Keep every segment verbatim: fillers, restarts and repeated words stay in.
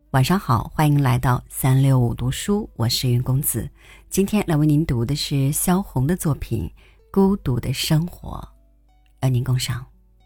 晚上好，欢迎来到三六五读书，我是云公子。今天来为您读的是萧红的作品《孤独的生活》，邀您共赏。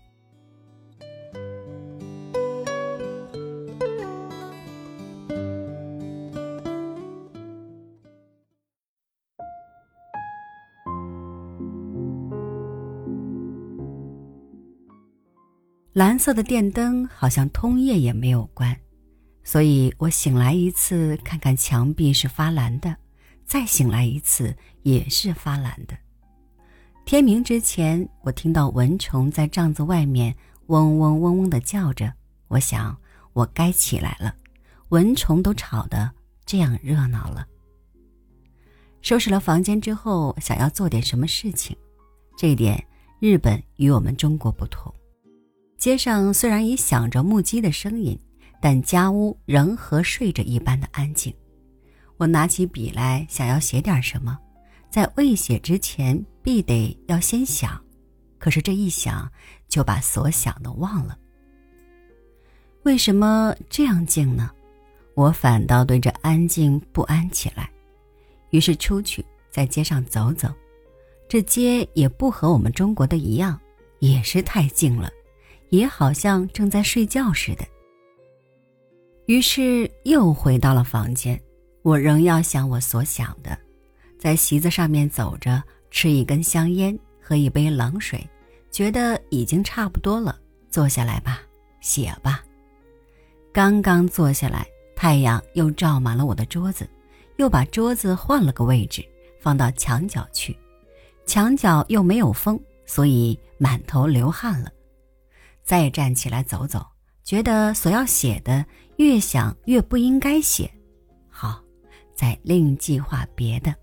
蓝色的电灯好像通夜也没有关，所以我醒来一次看看墙壁是发蓝的，再醒来一次也是发蓝的。天明之前，我听到蚊虫在帐子外面嗡嗡嗡嗡地叫着，我想我该起来了，蚊虫都吵得这样热闹了。收拾了房间之后，想要做点什么事情，这一点日本与我们中国不同。街上虽然也响着木屐的声音，但家屋仍和睡着一般的安静。我拿起笔来想要写点什么，在未写之前必得要先想，可是这一想就把所想的忘了。为什么这样静呢？我反倒对这安静不安起来，于是出去在街上走走。这街也不和我们中国的一样，也是太静了，也好像正在睡觉似的。于是又回到了房间，我仍要想我所想的，在席子上面走着，吃一根香烟，喝一杯冷水，觉得已经差不多了，坐下来吧，写吧。刚刚坐下来，太阳又照满了我的桌子，又把桌子换了个位置，放到墙角去。墙角又没有风，所以满头流汗了。再站起来走走，觉得所要写的越想越不应该写，好，再另计划别的。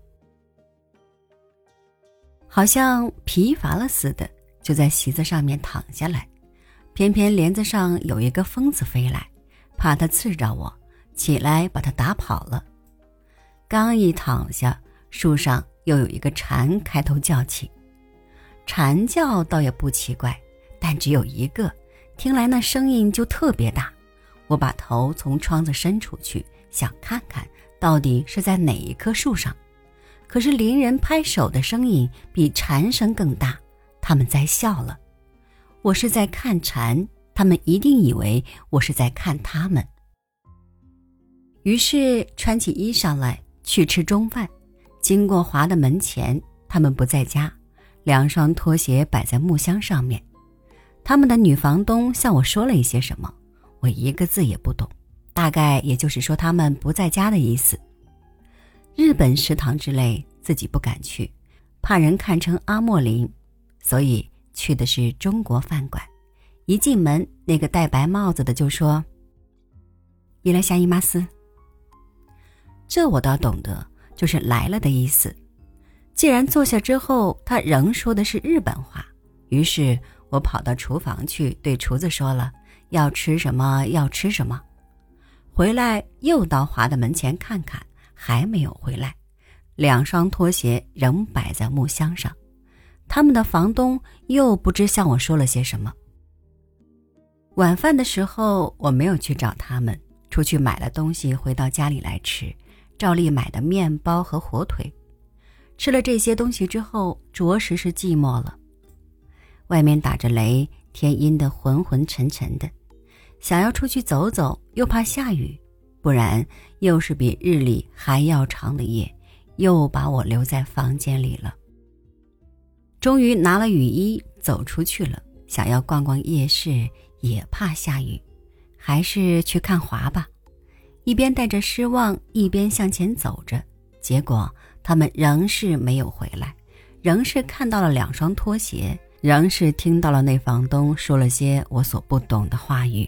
好像疲乏了似的，就在席子上面躺下来，偏偏帘子上有一个疯子飞来，怕它刺着我，起来把它打跑了。刚一躺下，树上又有一个蝉开头叫起，蝉叫倒也不奇怪，但只有一个，听来那声音就特别大。我把头从窗子伸出去，想看看到底是在哪一棵树上，可是邻人拍手的声音比蝉声更大，他们在笑了。我是在看蝉，他们一定以为我是在看他们。于是穿起衣裳来去吃中饭，经过华的门前，他们不在家，两双拖鞋摆在木箱上面。他们的女房东向我说了一些什么，我一个字也不懂，大概也就是说他们不在家的意思。日本食堂之类自己不敢去，怕人看成阿莫林，所以去的是中国饭馆。一进门，那个戴白帽子的就说いらっしゃいます。这我倒懂得，就是来了的意思。既然坐下之后他仍说的是日本话，于是我跑到厨房去对厨子说了要吃什么要吃什么。回来又到华的门前看看，还没有回来，两双拖鞋仍摆在木箱上。他们的房东又不知向我说了些什么。晚饭的时候我没有去找他们，出去买了东西回到家里来吃，照例买的面包和火腿。吃了这些东西之后，着实是寂寞了。外面打着雷，天阴得昏昏沉沉的，想要出去走走，又怕下雨，不然又是比日里还要长的夜，又把我留在房间里了。终于拿了雨衣走出去了，想要逛逛夜市，也怕下雨，还是去看华吧。一边带着失望，一边向前走着，结果他们仍是没有回来，仍是看到了两双拖鞋，仍是听到了那房东说了些我所不懂的话语。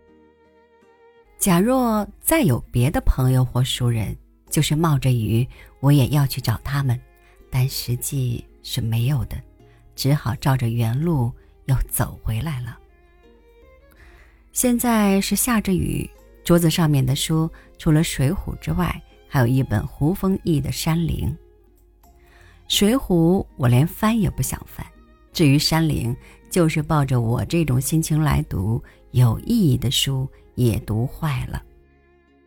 假若再有别的朋友或熟人，就是冒着雨我也要去找他们，但实际是没有的，只好照着原路又走回来了。现在是下着雨，桌子上面的书除了水浒之外，还有一本胡风义的山林。水浒我连翻也不想翻，至于山林，就是抱着我这种心情来读，有意义的书也读坏了。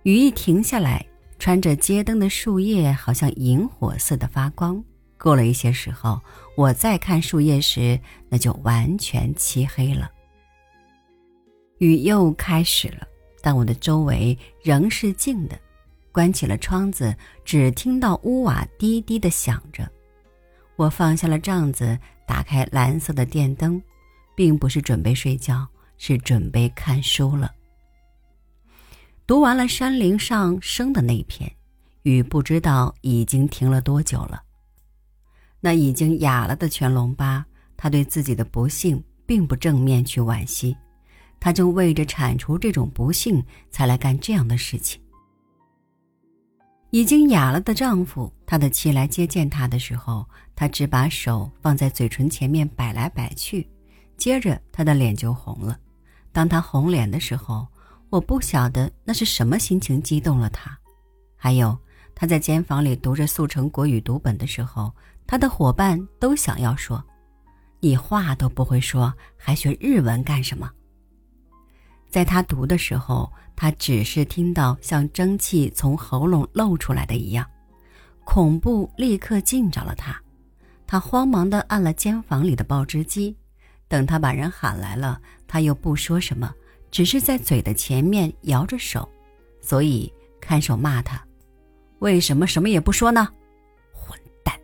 雨一停下来，穿着街灯的树叶好像萤火似的发光。过了一些时候，我再看树叶时，那就完全漆黑了。雨又开始了，但我的周围仍是静的。关起了窗子，只听到屋瓦滴滴地响着。我放下了帐子，打开蓝色的电灯，并不是准备睡觉，是准备看书了。读完了山林上生的那一篇，雨不知道已经停了多久了。那已经哑了的全龙八，他对自己的不幸并不正面去惋惜，他正为着铲除这种不幸才来干这样的事情。已经哑了的丈夫，他的妻来接见他的时候，他只把手放在嘴唇前面摆来摆去，接着他的脸就红了。当他红脸的时候，我不晓得那是什么心情激动了他。还有他在间房里读着速成国语读本的时候，他的伙伴都想要说，你话都不会说，还学日文干什么？在他读的时候，他只是听到像蒸汽从喉咙漏出来的一样，恐怖立刻惊着了他。他慌忙地按了间房里的报纸机，等他把人喊来了，他又不说什么，只是在嘴的前面摇着手，所以看守骂他，为什么什么也不说呢？混蛋！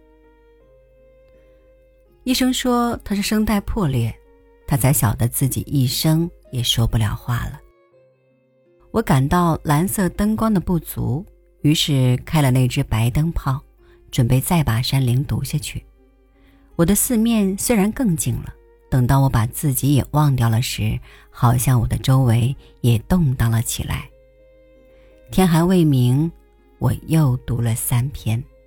医生说他是声带破裂，他才晓得自己一生也说不了话了。我感到蓝色灯光的不足，于是开了那只白灯泡，准备再把山林读下去。我的四面虽然更静了，等到我把自己也忘掉了时，好像我的周围也动荡了起来。天还未明，我又读了三篇。